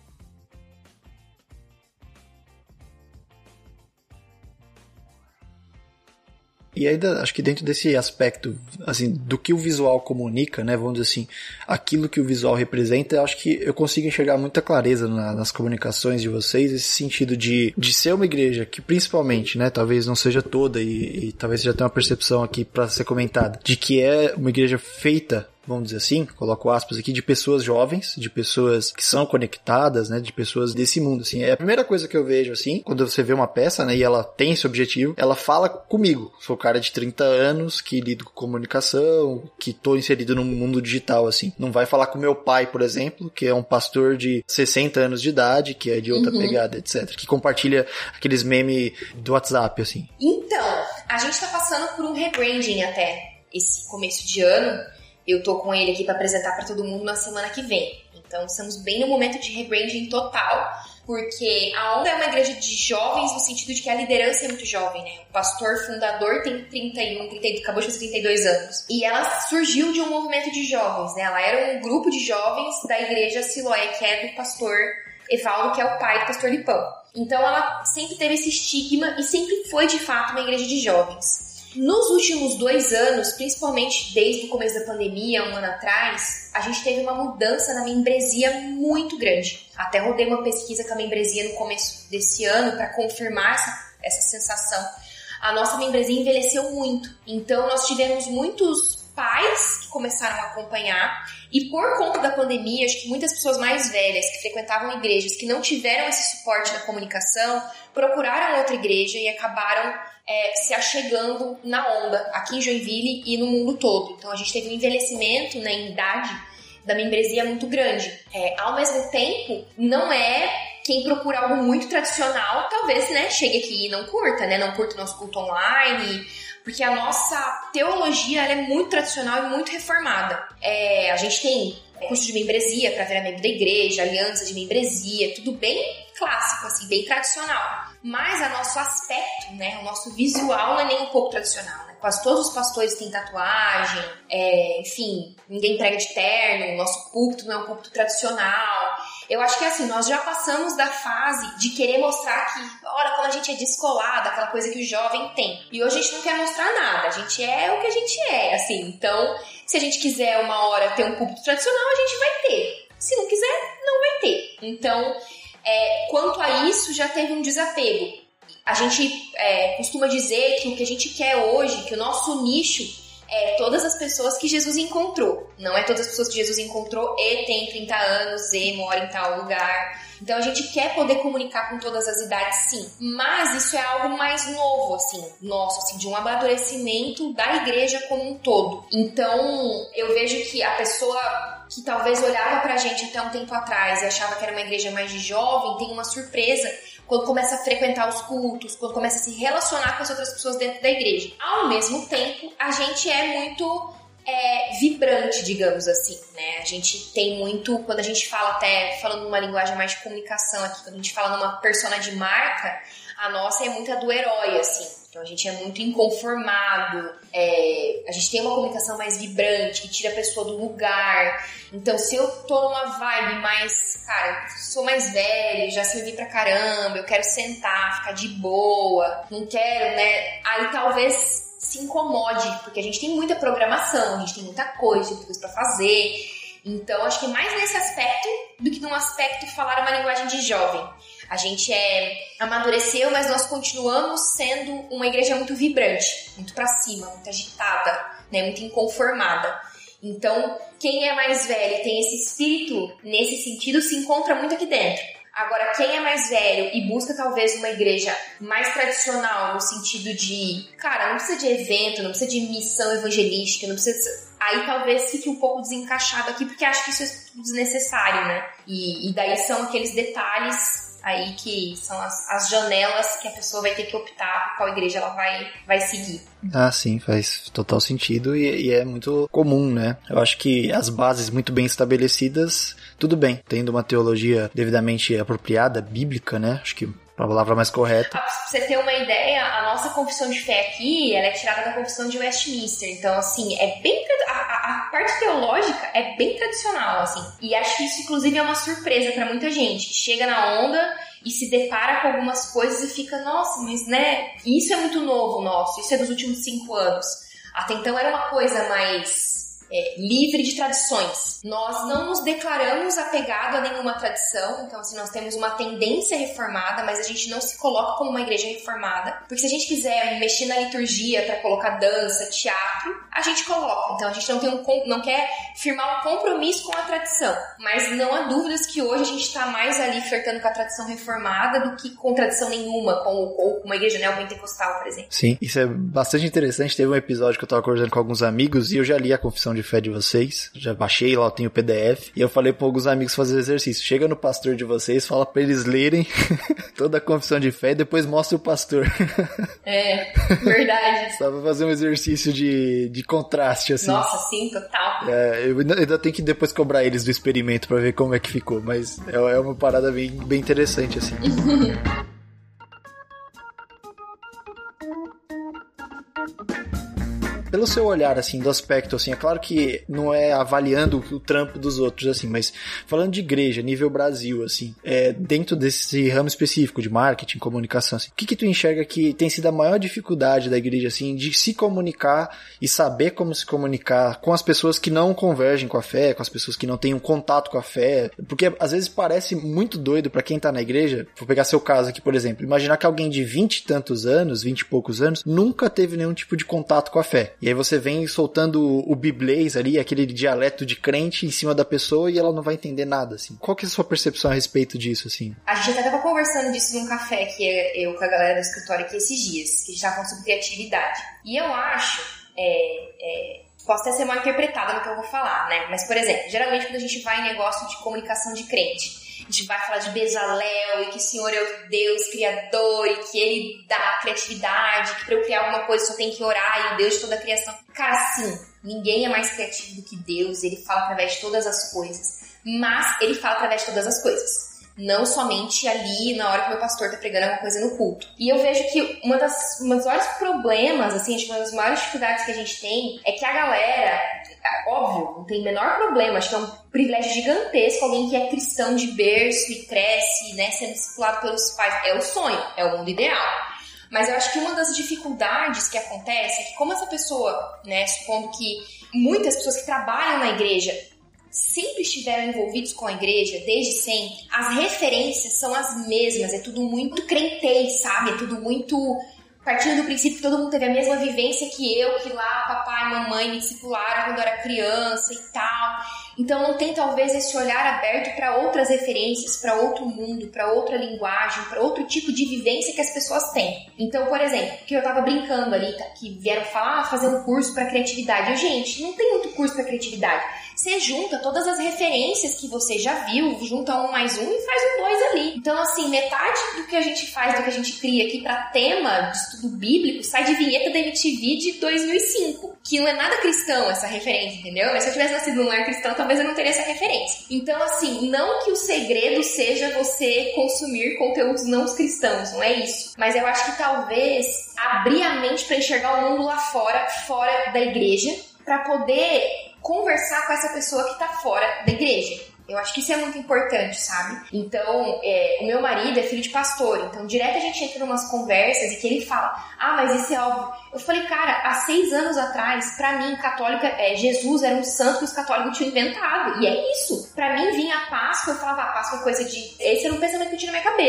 E ainda, acho que dentro desse aspecto, assim, do que o visual comunica, né, vamos dizer assim, aquilo que o visual representa, eu acho que eu consigo enxergar muita clareza nas comunicações de vocês, esse sentido de ser uma igreja que principalmente, né, talvez não seja toda e talvez já tenha uma percepção aqui para ser comentada, de que é uma igreja feita, vamos dizer assim, coloco aspas aqui, de pessoas jovens, de pessoas que são conectadas, né, de pessoas desse mundo, assim. É a primeira coisa que eu vejo, assim, quando você vê uma peça, né, e ela tem esse objetivo, ela fala comigo. Sou um cara de 30 anos, que lido com comunicação, que tô inserido no mundo digital, assim. Não vai falar com meu pai, por exemplo, que é um pastor de 60 anos de idade, que é de outra pegada, etc. Que compartilha aqueles memes do WhatsApp, assim. Então, a gente tá passando por um rebranding até esse começo de ano. Eu tô com ele aqui para apresentar para todo mundo na semana que vem. Então, estamos bem no momento de rebranding total, porque a Onda é uma igreja de jovens no sentido de que a liderança é muito jovem, né? O pastor fundador tem 31, acabou de fazer 32 anos. E ela surgiu de um movimento de jovens, né? Ela era um grupo de jovens da igreja Siloé, que é do pastor Evaldo, que é o pai do pastor Lipão. Então, ela sempre teve esse estigma e sempre foi, de fato, uma igreja de jovens. Nos últimos 2 anos, principalmente desde o começo da pandemia, 1 ano atrás, a gente teve uma mudança na membresia muito grande. Até rodei uma pesquisa com a membresia no começo desse ano para confirmar essa sensação. A nossa membresia envelheceu muito. Então, nós tivemos muitos pais que começaram a acompanhar e por conta da pandemia, acho que muitas pessoas mais velhas que frequentavam igrejas que não tiveram esse suporte da comunicação procuraram outra igreja e acabaram se achegando na Onda, aqui em Joinville e no mundo todo. Então a gente teve um envelhecimento, né, em idade da membresia muito grande. Ao mesmo tempo, não é quem procura algo muito tradicional, talvez, né, chegue aqui e não curta, né, não curta o nosso culto online, porque a nossa teologia ela é muito tradicional e muito reformada. A gente tem curso de membresia para virar membro da igreja, aliança de membresia, tudo bem clássico, assim, bem tradicional. Mas o nosso aspecto, né, o nosso visual não é nem um pouco tradicional, né? Quase todos os pastores têm tatuagem, enfim, ninguém prega de terno, o nosso púlpito não é um púlpito tradicional. Eu acho que assim, nós já passamos da fase de querer mostrar que, olha como a gente é descolado, aquela coisa que o jovem tem. E hoje a gente não quer mostrar nada, a gente é o que a gente é, assim. Então, se a gente quiser uma hora ter um púlpito tradicional, a gente vai ter. Se não quiser, não vai ter. Então, quanto a isso, já teve um desapego. A gente costuma dizer que o que a gente quer hoje, que o nosso nicho é todas as pessoas que Jesus encontrou. Não é todas as pessoas que Jesus encontrou e tem 30 anos e mora em tal lugar. Então a gente quer poder comunicar com todas as idades, sim. Mas isso é algo mais novo, assim, nosso, assim, de um amadurecimento da igreja como um todo. Então eu vejo que a pessoa que talvez olhava pra gente até um tempo atrás e achava que era uma igreja mais de jovem, tem uma surpresa quando começa a frequentar os cultos, quando começa a se relacionar com as outras pessoas dentro da igreja. Ao mesmo tempo, a gente é muito vibrante, digamos assim, né? A gente tem muito, quando a gente fala até, falando numa linguagem mais de comunicação aqui, quando a gente fala numa persona de marca, a nossa é muito a do herói, assim. Então a gente é muito inconformado, a gente tem uma comunicação mais vibrante, que tira a pessoa do lugar. Então se eu tô numa vibe mais, cara, sou mais velho, já servi pra caramba, eu quero sentar, ficar de boa, não quero, né? Aí talvez se incomode, porque a gente tem muita programação, a gente tem muita coisa pra fazer. Então acho que mais nesse aspecto do que num aspecto falar uma linguagem de jovem. A gente amadureceu, mas nós continuamos sendo uma igreja muito vibrante, muito pra cima, muito agitada, né, muito inconformada. Então, quem é mais velho e tem esse espírito, nesse sentido, se encontra muito aqui dentro. Agora, quem é mais velho e busca talvez uma igreja mais tradicional, no sentido de, cara, não precisa de evento, não precisa de missão evangelística, não precisa... Aí talvez fique um pouco desencaixado aqui, porque acho que isso é desnecessário, né? E daí são aqueles detalhes aí que são as janelas que a pessoa vai ter que optar por qual igreja ela vai seguir. Ah, sim, faz total sentido e é muito comum, né? Eu acho que as bases muito bem estabelecidas, tudo bem, tendo uma teologia devidamente apropriada, bíblica, né? Acho que a palavra mais correta. Pra você ter uma ideia, a nossa confissão de fé aqui, ela é tirada da confissão de Westminster. Então, assim, é bem... A parte teológica é bem tradicional, assim. E acho que isso, inclusive, é uma surpresa pra muita gente. Chega na onda e se depara com algumas coisas e fica, nossa, mas, né? Isso é muito novo, nosso. Isso é dos últimos 5 anos. Até então era uma coisa mais... livre de tradições. Nós não nos declaramos apegado a nenhuma tradição, então assim, nós temos uma tendência reformada, mas a gente não se coloca como uma igreja reformada, porque se a gente quiser mexer na liturgia para colocar dança, teatro, a gente coloca. Então a gente não quer firmar um compromisso com a tradição, mas não há dúvidas que hoje a gente está mais ali flertando com a tradição reformada do que com tradição nenhuma, ou uma igreja neopentecostal, por exemplo. Sim, isso é bastante interessante. Teve um episódio que eu estava conversando com alguns amigos e eu já li a confissão de fé de vocês, já baixei lá, eu tenho o PDF, e eu falei para alguns amigos fazer o exercício. Chega no pastor de vocês, fala para eles lerem toda a confissão de fé e depois mostra o pastor. É, verdade. Só pra fazer um exercício de contraste, assim. Nossa, sim, total. Eu ainda tenho que depois cobrar eles do experimento para ver como é que ficou, mas é uma parada bem interessante, assim. Pelo seu olhar, assim, do aspecto, assim, é claro que não é avaliando o trampo dos outros, assim, mas falando de igreja, nível Brasil, assim, dentro desse ramo específico de marketing, comunicação, assim, o que tu enxerga que tem sido a maior dificuldade da igreja, assim, de se comunicar e saber como se comunicar com as pessoas que não convergem com a fé, com as pessoas que não têm um contato com a fé, porque às vezes parece muito doido pra quem tá na igreja. Vou pegar seu caso aqui, por exemplo, imaginar que alguém de 20 e tantos anos, 20 e poucos anos, nunca teve nenhum tipo de contato com a fé. E aí você vem soltando o biblês ali, aquele dialeto de crente em cima da pessoa e ela não vai entender nada, assim. Qual que é a sua percepção a respeito disso, assim? A gente até tava conversando disso num café que eu com a galera do escritório aqui esses dias, que a gente tava falando sobre criatividade. E eu acho, posso até ser mal interpretada no que eu vou falar, né? Mas, por exemplo, geralmente quando a gente vai em negócio de comunicação de crente, a gente vai falar de Bezalel e que o Senhor é o Deus criador e que Ele dá criatividade, que para eu criar alguma coisa só tem que orar e o Deus de toda a criação. Cara, sim, ninguém é mais criativo do que Deus, Ele fala através de todas as coisas, mas Ele fala através de todas as coisas. Não somente ali na hora que o meu pastor tá pregando alguma coisa no culto. E eu vejo que um dos maiores problemas, assim, acho que uma das maiores dificuldades que a gente tem é que a galera, óbvio, não tem o menor problema, acho que é um privilégio gigantesco alguém que é cristão de berço e cresce, né, sendo discipulado pelos pais. É o sonho, é o mundo ideal. Mas eu acho que uma das dificuldades que acontece é que como essa pessoa, né, supondo que muitas pessoas que trabalham na igreja sempre estiveram envolvidos com a igreja, desde sempre, as referências são as mesmas, é tudo muito crentez, sabe? É tudo muito partindo do princípio que todo mundo teve a mesma vivência que eu, que lá papai e mamãe me discipularam quando eu era criança e tal. Então não tem talvez esse olhar aberto para outras referências, para outro mundo, para outra linguagem, para outro tipo de vivência que as pessoas têm. Então, por exemplo, que eu tava brincando ali, que vieram falar, fazer um curso para criatividade. Gente, não tem muito curso para criatividade. Você junta todas as referências que você já viu, junta 1 mais 1 e faz um 2 ali. Então, assim, metade do que a gente faz, do que a gente cria aqui para tema de estudo bíblico, sai de vinheta da MTV de 2005, que não é nada cristão essa referência, entendeu? Mas se eu tivesse nascido num lar cristão, talvez eu não teria essa referência. Então, assim, não que o segredo seja você consumir conteúdos não cristãos, não é isso. Mas eu acho que talvez abrir a mente para enxergar o mundo lá fora da igreja, para poder conversar com essa pessoa que tá fora da igreja. Eu acho que isso é muito importante, sabe? Então, o meu marido é filho de pastor, então direto a gente entra em umas conversas e que ele fala, mas isso é óbvio. Eu falei, cara, há 6 anos atrás, pra mim, católica, Jesus era um santo que os católicos tinham inventado, e é isso. Pra mim, vinha a Páscoa, eu falava, a Páscoa é coisa de... Esse era um pensamento que eu tinha na minha cabeça.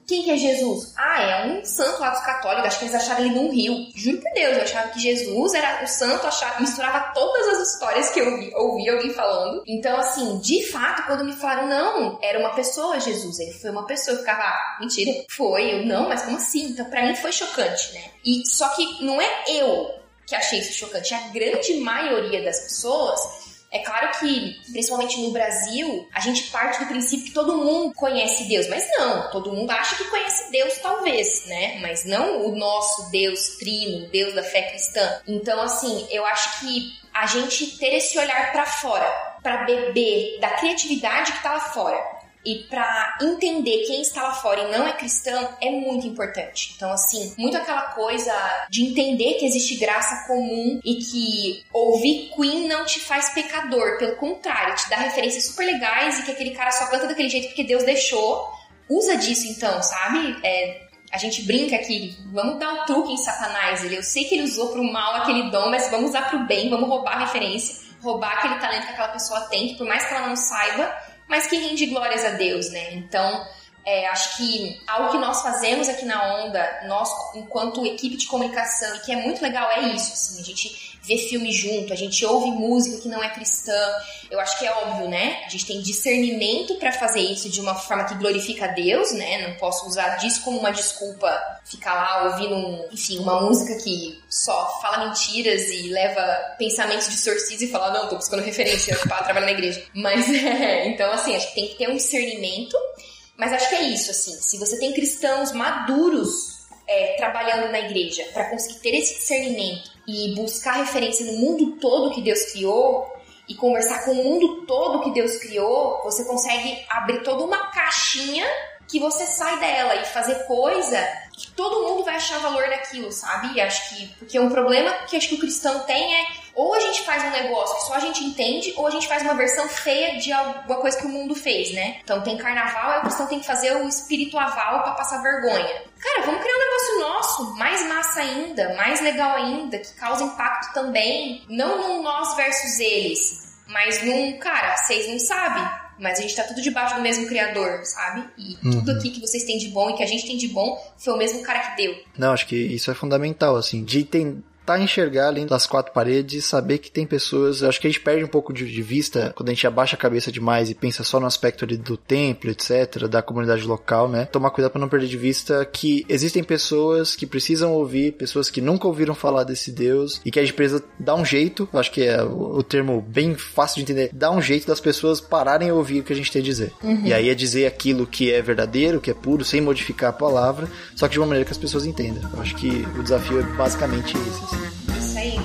quem que é Jesus? É um santo lá dos católicos, acho que eles acharam ele num rio. Juro por Deus, eu achava que Jesus era o santo, misturava todas as histórias que eu ouvi alguém falando. Então, assim, de fato, quando me falaram, não, era uma pessoa, Jesus, ele foi uma pessoa, eu ficava, mentira, foi, eu não, mas como assim? Então, pra mim foi chocante, né? E só que não é eu que achei isso chocante, a grande maioria das pessoas. É claro que, principalmente no Brasil, a gente parte do princípio que todo mundo conhece Deus, mas não, todo mundo acha que conhece Deus talvez, né? Mas não o nosso Deus trino, o Deus da fé cristã. Então, assim, eu acho que a gente ter esse olhar pra fora, pra beber da criatividade que tá lá fora, e pra entender quem está lá fora e não é cristão é muito importante. Então, assim, muito aquela coisa de entender que existe graça comum e que ouvir Queen não te faz pecador. Pelo contrário, te dá referências super legais e que aquele cara só canta daquele jeito porque Deus deixou. Usa disso, então, sabe? A gente brinca aqui, vamos dar um truque em Satanás. Eu sei que ele usou pro mal aquele dom, mas vamos usar pro bem, vamos roubar a referência, roubar aquele talento que aquela pessoa tem, que por mais que ela não saiba, mas que rende glórias a Deus, né? Então, acho que algo que nós fazemos aqui na Onda, nós, enquanto equipe de comunicação, e que é muito legal, é isso, assim, a gente vê filme junto, a gente ouve música que não é cristã. Eu acho que é óbvio, né? A gente tem discernimento pra fazer isso de uma forma que glorifica a Deus, né? Não posso usar disso como uma desculpa, ficar lá ouvindo, enfim, uma música que só fala mentiras e leva pensamentos distorcidos e falar, não, tô buscando referência pra trabalhar na igreja. Mas, então, assim, acho que tem que ter um discernimento, mas acho que é isso, assim, se você tem cristãos maduros trabalhando na igreja pra conseguir ter esse discernimento e buscar referência no mundo todo que Deus criou e conversar com o mundo todo que Deus criou, você consegue abrir toda uma caixinha que você sai dela e fazer coisa que todo mundo vai achar valor naquilo, sabe? Acho que, porque um problema que acho que o cristão tem ou a gente faz um negócio que só a gente entende, ou a gente faz uma versão feia de alguma coisa que o mundo fez, né? Então tem carnaval, aí o cristão tem que fazer o espirituaval pra passar vergonha. Cara, vamos criar um negócio nosso, mais massa ainda, mais legal ainda, que causa impacto também, não num nós versus eles, mas num, cara, vocês não sabem, mas a gente tá tudo debaixo do mesmo criador, sabe? E tudo aqui que vocês têm de bom e que a gente tem de bom foi o mesmo cara que deu. Não, acho que isso é fundamental, assim, de tentar enxergar além das quatro paredes e saber que tem pessoas, acho que a gente perde um pouco de vista quando a gente abaixa a cabeça demais e pensa só no aspecto ali do templo, etc, da comunidade local, né? Tomar cuidado para não perder de vista que existem pessoas que precisam ouvir, pessoas que nunca ouviram falar desse Deus e que a gente precisa dar um jeito, acho que é o termo bem fácil de entender, dar um jeito das pessoas pararem a ouvir o que a gente tem a dizer. E aí é dizer aquilo que é verdadeiro, que é puro, sem modificar a palavra, só que de uma maneira que as pessoas entendam. Eu acho que o desafio é basicamente esse, assim. Isso aí.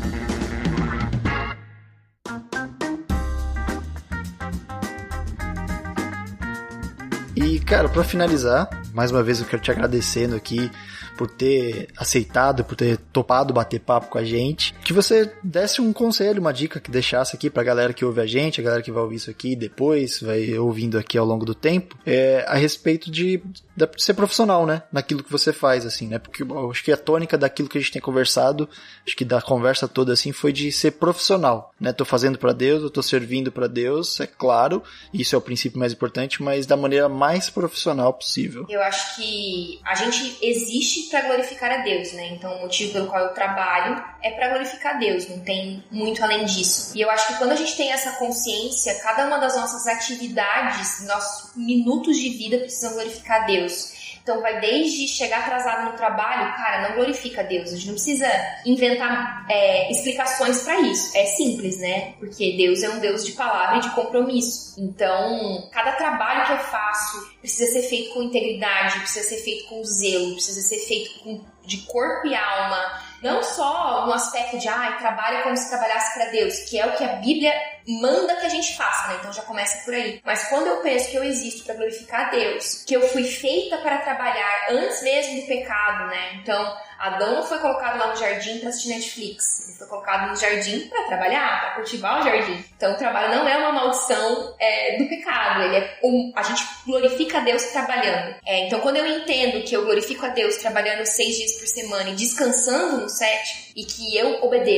E, cara, pra finalizar, mais uma vez eu quero te agradecendo aqui por ter aceitado, por ter topado bater papo com a gente. Que você desse um conselho, uma dica que deixasse aqui pra galera que ouve a gente, a galera que vai ouvir isso aqui depois, vai ouvindo aqui ao longo do tempo, a respeito de ser profissional, né? Naquilo que você faz, assim, né? Porque eu acho que a tônica daquilo que a gente tem conversado, acho que da conversa toda, assim, foi de ser profissional, né? Tô fazendo pra Deus, eu tô servindo pra Deus, é claro, isso é o princípio mais importante, mas da maneira mais profissional possível. Eu acho que a gente existe para glorificar a Deus, né? Então o motivo pelo qual eu trabalho é para glorificar a Deus, não tem muito além disso. E eu acho que quando a gente tem essa consciência, cada uma das nossas atividades, nossos minutos de vida precisam glorificar a Deus. Então vai desde chegar atrasado no trabalho, cara, não glorifica a Deus. A gente não precisa inventar explicações para isso. É simples, né? Porque Deus é um Deus de palavra e de compromisso. Então, cada trabalho que eu faço precisa ser feito com integridade, precisa ser feito com zelo, precisa ser feito de corpo e alma. Não só no aspecto de, trabalho como se trabalhasse para Deus, que é o que a Bíblia manda que a gente faça, né? Então já começa por aí. Mas quando eu penso que eu existo para glorificar a Deus, que eu fui feita para trabalhar antes mesmo do pecado, né? Então, Adão não foi colocado lá no jardim para assistir Netflix. Ele foi colocado no jardim para trabalhar, para cultivar o jardim. Então, o trabalho não é uma maldição do pecado. A gente glorifica a Deus trabalhando. Então, quando eu entendo que eu glorifico a Deus trabalhando 6 dias por semana e descansando no 7, e que eu obedeço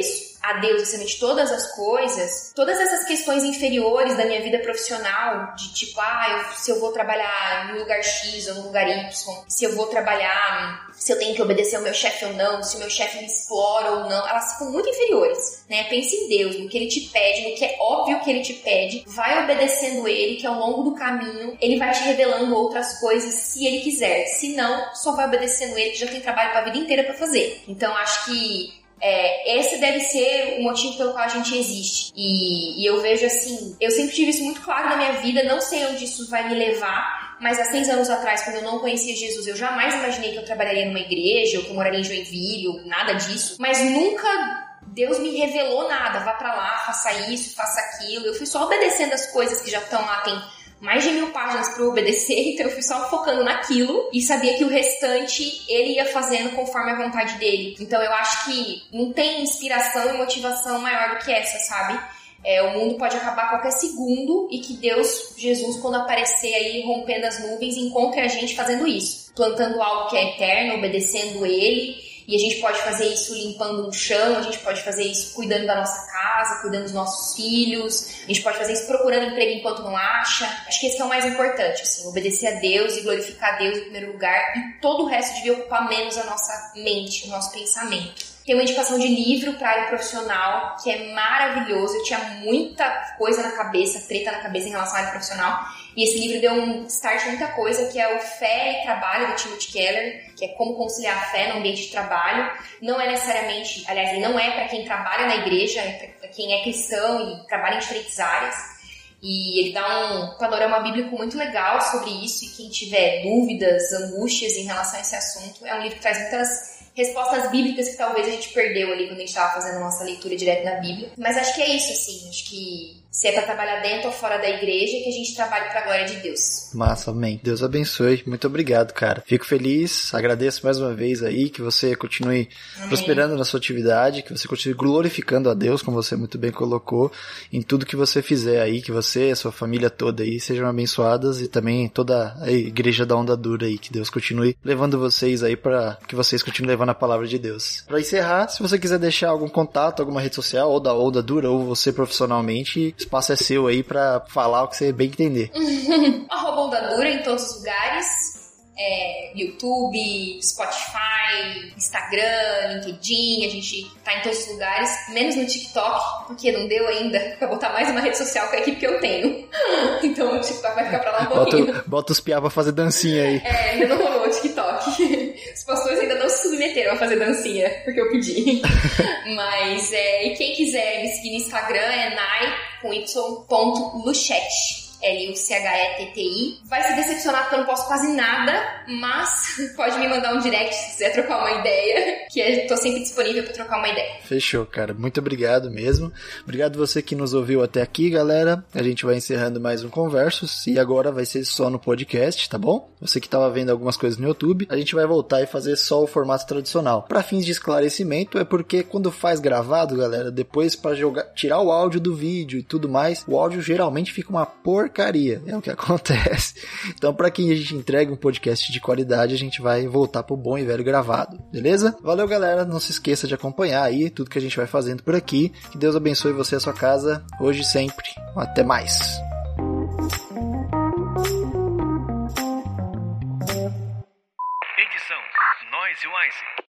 a Deus acima de todas as coisas, todas essas questões inferiores da minha vida profissional, de tipo, se eu vou trabalhar no lugar X ou no lugar Y, se eu vou trabalhar, se eu tenho que obedecer ao meu chefe ou não, se o meu chefe me explora ou não, elas ficam muito inferiores, né? Pense em Deus, no que Ele te pede, no que é óbvio que Ele te pede, vai obedecendo Ele, que ao longo do caminho, Ele vai te revelando outras coisas, se Ele quiser. Se não, só vai obedecendo Ele, que já tem trabalho pra vida inteira pra fazer. Então, acho que esse deve ser o motivo pelo qual a gente existe. E eu vejo assim, eu sempre tive isso muito claro na minha vida, não sei onde isso vai me levar, mas há 6 anos atrás, quando eu não conhecia Jesus, eu jamais imaginei que eu trabalharia numa igreja, ou que eu moraria em Joinville, ou nada disso, mas nunca Deus me revelou nada, vá pra lá, faça isso, faça aquilo. Eu fui só obedecendo as coisas que já estão lá, tem mais de 1000 páginas para eu obedecer, então eu fui só focando naquilo e sabia que o restante ele ia fazendo conforme a vontade dele. Então eu acho que não tem inspiração e motivação maior do que essa, sabe? O mundo pode acabar a qualquer segundo e que Deus, Jesus, quando aparecer aí rompendo as nuvens, encontre a gente fazendo isso, plantando algo que é eterno, obedecendo Ele. E a gente pode fazer isso limpando um chão, a gente pode fazer isso cuidando da nossa casa, cuidando dos nossos filhos, a gente pode fazer isso procurando emprego enquanto não acha. Acho que esse que é o mais importante, assim, obedecer a Deus e glorificar a Deus em primeiro lugar, e todo o resto devia ocupar menos a nossa mente, o nosso pensamento. Tem uma indicação de livro para área profissional que é maravilhoso. Eu tinha muita coisa na cabeça, treta na cabeça em relação à área profissional. E esse livro deu um start em muita coisa, que é o Fé e Trabalho, do Timothy Keller, que é como conciliar a fé no ambiente de trabalho. Não é necessariamente, aliás, ele não é para quem trabalha na igreja, é para quem é cristão e trabalha em diferentes áreas. E ele dá um panorama bíblico muito legal sobre isso, e quem tiver dúvidas, angústias em relação a esse assunto, é um livro que traz muitas respostas bíblicas que talvez a gente perdeu ali quando a gente estava fazendo a nossa leitura direto na Bíblia. Mas acho que é isso, assim. Acho que se é pra trabalhar dentro ou fora da igreja, que a gente trabalhe pra glória de Deus. Massa, amém. Deus abençoe. Muito obrigado, cara. Fico feliz, agradeço mais uma vez aí, que você continue prosperando na sua atividade, que você continue glorificando a Deus, como você muito bem colocou, em tudo que você fizer aí, que você e a sua família toda aí sejam abençoadas, e também toda a igreja da Onda Dura aí, que Deus continue levando vocês aí para que vocês continuem levando a palavra de Deus. Pra encerrar, se você quiser deixar algum contato, alguma rede social, ou da Onda Dura, ou você profissionalmente, o espaço é seu aí pra falar o que você bem entender. @Onda Dura em todos os lugares. YouTube, Spotify, Instagram, LinkedIn, a gente tá em todos os lugares, menos no TikTok, porque não deu ainda pra botar mais uma rede social com a equipe que eu tenho. Então o TikTok vai ficar pra lá um pouquinho. Bota os piá pra fazer dancinha aí. Ainda não rolou o TikTok. Os pastores ainda não se submeteram a fazer dancinha, porque eu pedi. Mas, e quem quiser me seguir no Instagram é nai.luchetti. Luchetti. Vai se decepcionar porque eu não posso quase nada, mas pode me mandar um direct se quiser trocar uma ideia, que eu tô sempre disponível pra trocar uma ideia. Fechou, cara. Muito obrigado mesmo. Obrigado você que nos ouviu até aqui, galera. A gente vai encerrando mais um Conversos, e agora vai ser só no podcast, tá bom? Você que tava vendo algumas coisas no YouTube, a gente vai voltar e fazer só o formato tradicional. Pra fins de esclarecimento, é porque quando faz gravado, galera, depois pra tirar o áudio do vídeo e tudo mais, o áudio geralmente fica uma porcaria, é o que acontece. Então, pra que a gente entregue um podcast de qualidade, a gente vai voltar pro bom e velho gravado, beleza? Valeu, galera, não se esqueça de acompanhar aí tudo que a gente vai fazendo por aqui. Que Deus abençoe você e a sua casa, hoje e sempre. Até mais. Edição Noise Wise.